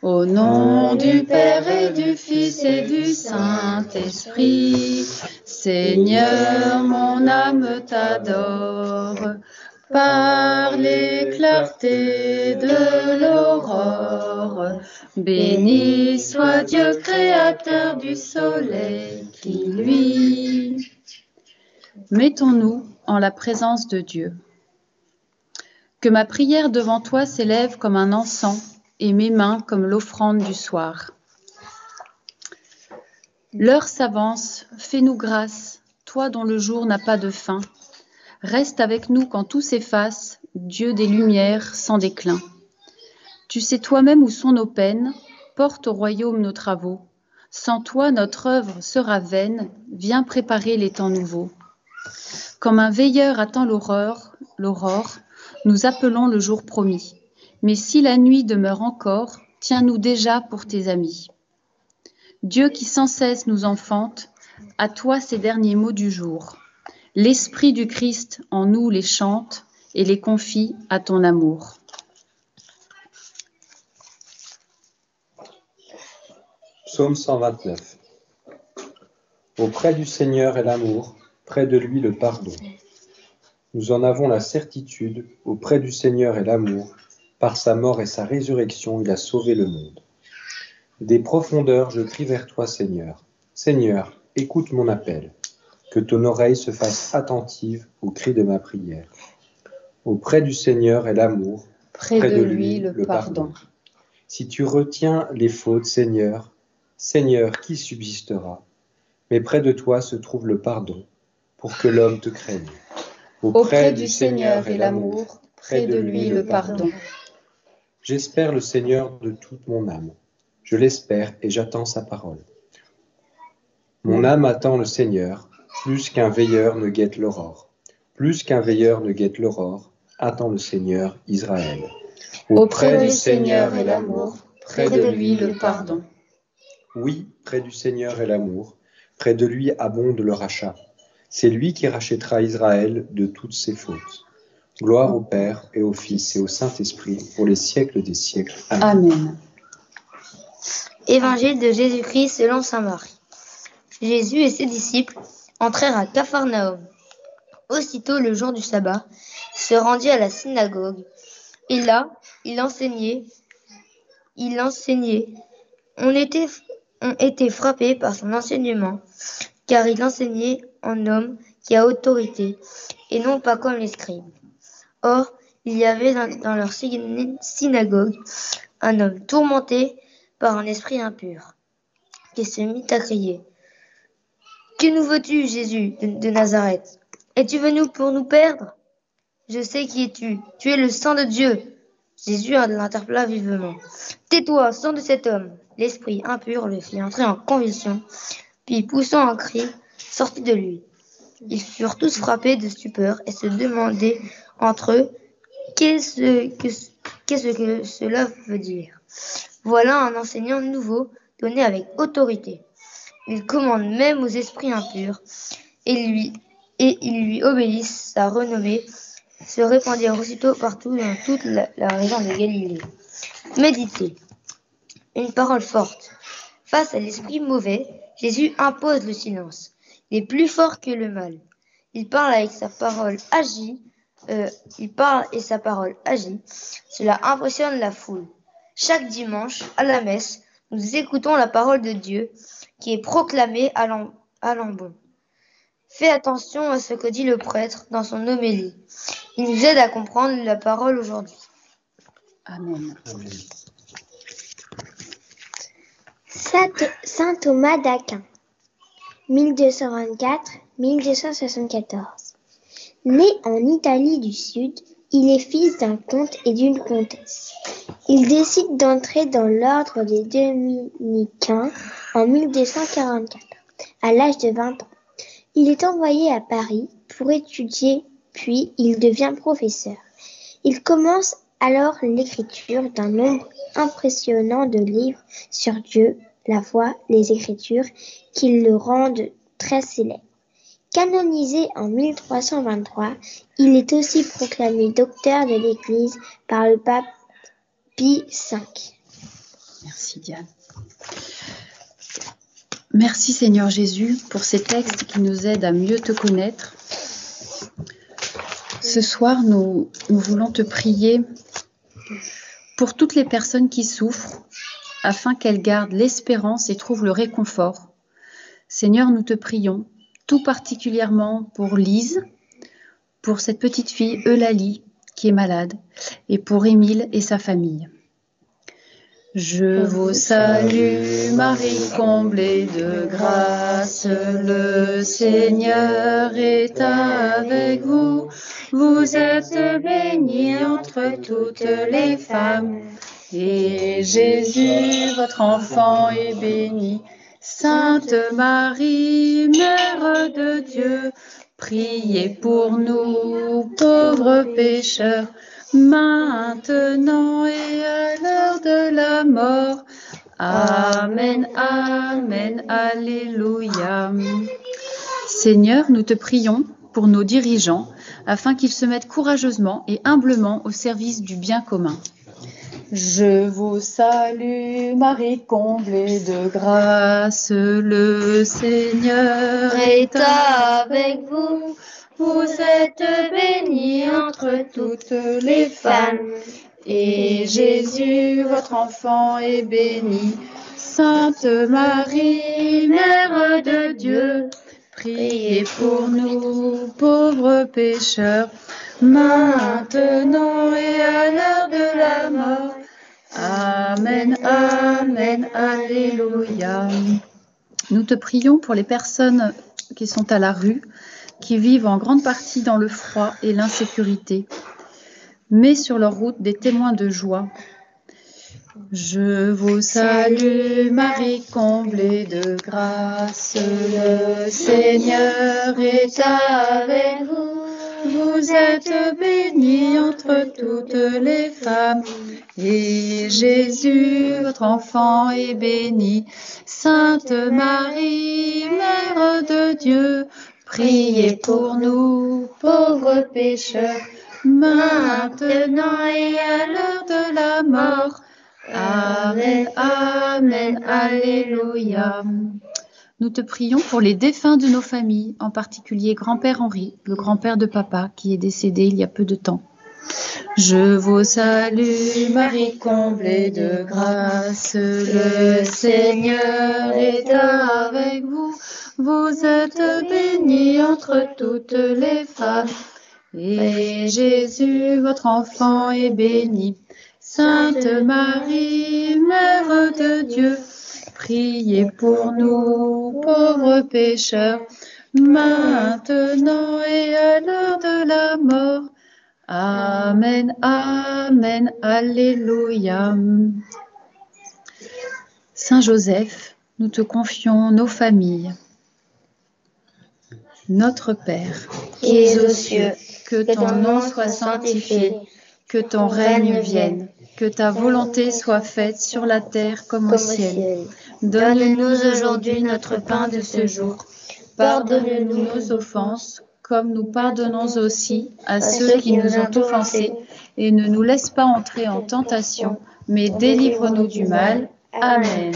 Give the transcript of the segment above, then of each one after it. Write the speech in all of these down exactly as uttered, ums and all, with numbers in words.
Au nom du Père et du Fils et du Saint-Esprit, Seigneur, mon âme t'adore. Par les clartés de l'aurore, béni soit Dieu créateur du soleil qui luit. Mettons-nous en la présence de Dieu. Que ma prière devant toi s'élève comme un encens et mes mains comme l'offrande du soir. L'heure s'avance, fais-nous grâce, toi dont le jour n'a pas de fin. Reste avec nous quand tout s'efface, Dieu des lumières sans déclin. Tu sais toi-même où sont nos peines, porte au royaume nos travaux. Sans toi, notre œuvre sera vaine, viens préparer les temps nouveaux. Comme un veilleur attend l'aurore, l'aurore, nous appelons le jour promis. Mais si la nuit demeure encore, tiens-nous déjà pour tes amis. Dieu qui sans cesse nous enfante, à toi ces derniers mots du jour. L'Esprit du Christ en nous les chante et les confie à ton amour. Psaume cent vingt-neuf. Auprès du Seigneur est l'amour, près de lui le pardon. Nous en avons la certitude, auprès du Seigneur est l'amour, par sa mort et sa résurrection, il a sauvé le monde. Des profondeurs, je crie vers toi, Seigneur. Seigneur, écoute mon appel. Que ton oreille se fasse attentive au cri de ma prière. Auprès du Seigneur est l'amour, près, près de, de lui le, le pardon. pardon. Si tu retiens les fautes, Seigneur, Seigneur, qui subsistera? Mais près de toi se trouve le pardon, pour que l'homme te craigne. Auprès, Auprès du Seigneur est l'amour, près de lui le pardon. J'espère le Seigneur de toute mon âme. Je l'espère et j'attends sa parole. Mon âme attend le Seigneur, plus qu'un veilleur ne guette l'aurore. Plus qu'un veilleur ne guette l'aurore, attend le Seigneur, Israël. Auprès, Auprès du Seigneur est l'amour, près de lui le pardon. Oui, près du Seigneur est l'amour, près de lui abonde le rachat. C'est lui qui rachètera Israël de toutes ses fautes. Gloire au Père et au Fils et au Saint-Esprit, pour les siècles des siècles. Amen. Amen. Évangile de Jésus-Christ selon saint Marie. Jésus et ses disciples entrèrent à Capharnaüm. Aussitôt le jour du sabbat, se rendit à la synagogue. Et là, il enseignait. Il enseignait. On était, on était frappés par son enseignement, car il enseignait en homme qui a autorité, et non pas comme les scribes. Or, il y avait dans, dans leur synagogue un homme tourmenté par un esprit impur, qui se mit à crier. « Que nous veux-tu, Jésus de, de Nazareth? Es-tu venu pour nous perdre? Je sais qui es-tu. Tu es le sang de Dieu. » Jésus l'interpella vivement. « Tais-toi, sang de cet homme. » L'esprit impur le fit entrer en convulsion, puis poussant un cri, sortit de lui. Ils furent tous frappés de stupeur et se demandaient entre eux qu'est-ce que, qu'est-ce que cela veut dire. Voilà un enseignant nouveau donné avec autorité. Il commande même aux esprits impurs et, lui, et ils lui obéissent. Sa renommée se répandit aussitôt partout dans toute la, la région de Galilée. Méditez. Une parole forte. Face à l'esprit mauvais, Jésus impose le silence. Il est plus fort que le mal. Il parle avec sa parole agit. Euh, il parle et sa parole agit. Cela impressionne la foule. Chaque dimanche, à la messe, nous écoutons la parole de Dieu qui est proclamée à l'ambon. Fais attention à ce que dit le prêtre dans son homélie. Il nous aide à comprendre la parole aujourd'hui. Amen. Amen. Saint Thomas d'Aquin, mille deux cent vingt-quatre à mille deux cent soixante-quatorze. Né en Italie du Sud, il est fils d'un comte et d'une comtesse. Il décide d'entrer dans l'ordre des Dominicains en mille deux cent quarante-quatre, à l'âge de vingt ans. Il est envoyé à Paris pour étudier, puis il devient professeur. Il commence alors l'écriture d'un nombre impressionnant de livres sur Dieu, la foi, les Écritures, qui le rendent très célèbre. Canonisé en mille trois cent vingt-trois, il est aussi proclamé docteur de l'Église par le pape Pie cinq. Merci Diane. Merci Seigneur Jésus pour ces textes qui nous aident à mieux te connaître. Ce soir, nous, nous voulons te prier pour toutes les personnes qui souffrent, afin qu'elles gardent l'espérance et trouvent le réconfort. Seigneur, nous te prions, tout particulièrement pour Lise, pour cette petite fille Eulalie qui est malade, et pour Émile et sa famille. Je vous salue, Marie comblée de grâce, le Seigneur est avec vous. Vous êtes bénie entre toutes les femmes, et Jésus, votre enfant, est béni. Sainte Marie, Mère de Dieu, priez pour nous, pauvres pécheurs, maintenant et à l'heure de la mort. Amen, amen, alléluia. Seigneur, nous te prions pour nos dirigeants, afin qu'ils se mettent courageusement et humblement au service du bien commun. Je vous salue, Marie comblée de grâce, le Seigneur est avec vous. Vous êtes bénie entre toutes les femmes, et Jésus, votre enfant, est béni. Sainte Marie, Mère de Dieu, priez pour nous, pauvres pécheurs, maintenant et à l'heure de la mort. Amen, amen, alléluia. Nous te prions pour les personnes qui sont à la rue, qui vivent en grande partie dans le froid et l'insécurité. Mets sur leur route des témoins de joie. Je vous salue, Marie comblée de grâce, le Seigneur est avec vous. Vous êtes bénie entre toutes les femmes, et Jésus, votre enfant, est béni. Sainte Marie, Mère de Dieu, priez pour nous, pauvres pécheurs, maintenant et à l'heure de la mort. Amen, amen, alléluia. Nous te prions pour les défunts de nos familles, en particulier grand-père Henri, le grand-père de papa, qui est décédé il y a peu de temps. Je vous salue, Marie comblée de grâce, le Seigneur est avec vous. Vous êtes bénie entre toutes les femmes, et Jésus, votre enfant, est béni. Sainte Marie, Mère de Dieu, priez pour nous, pauvres pécheurs, maintenant et à l'heure de la mort. Amen, amen, alléluia. Saint Joseph, nous te confions nos familles. Notre Père, qui es aux cieux, que ton nom soit sanctifié, que ton règne vienne, que ta volonté soit faite sur la terre comme au ciel. Donne-nous aujourd'hui notre pain de ce jour. Pardonne-nous nos offenses, comme nous pardonnons aussi à ceux qui nous ont offensés, et ne nous laisse pas entrer en tentation, mais délivre-nous du mal. Amen.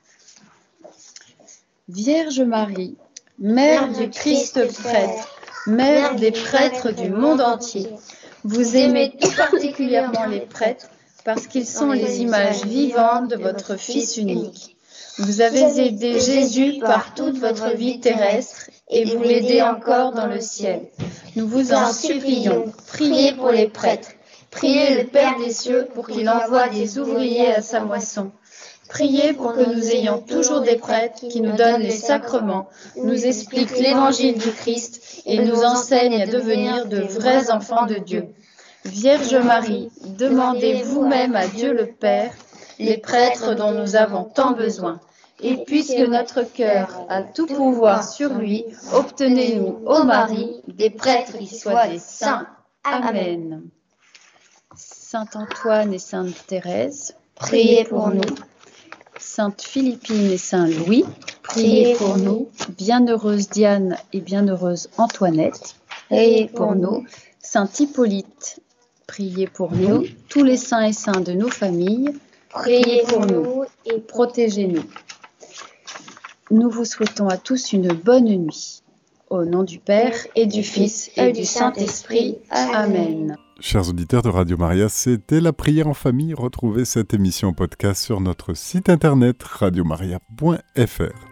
Vierge Marie, Mère du Christ prêtre, Mère des prêtres du monde entier, vous aimez tout particulièrement les prêtres parce qu'ils sont les images vivantes de votre Fils unique. Vous avez aidé Jésus par toute votre vie terrestre et vous l'aidez encore dans le ciel. Nous vous en supplions, priez pour les prêtres. Priez le Père des cieux pour qu'il envoie des ouvriers à sa moisson. Priez pour que nous ayons toujours des prêtres qui nous donnent les sacrements, nous expliquent l'évangile du Christ et nous enseignent à devenir de vrais enfants de Dieu. Vierge Marie, demandez vous-même à Dieu le Père les prêtres dont nous avons tant besoin. Et puisque notre cœur a tout pouvoir sur lui, obtenez-nous, ô Marie, des prêtres qui soient des saints. Amen. Saint Antoine et Sainte Thérèse, priez pour nous. Sainte Philippine et Saint Louis, priez pour nous. Bienheureuse Diane et bienheureuse Antoinette, priez pour nous. Saint Hippolyte, priez pour nous. Tous les saints et saints de nos familles, Priez pour nous et protégez-nous. Nous vous souhaitons à tous une bonne nuit. Au nom du Père et du Fils et du Saint-Esprit. Amen. Chers auditeurs de Radio Maria, c'était la prière en famille. Retrouvez cette émission podcast sur notre site internet radio maria point f r.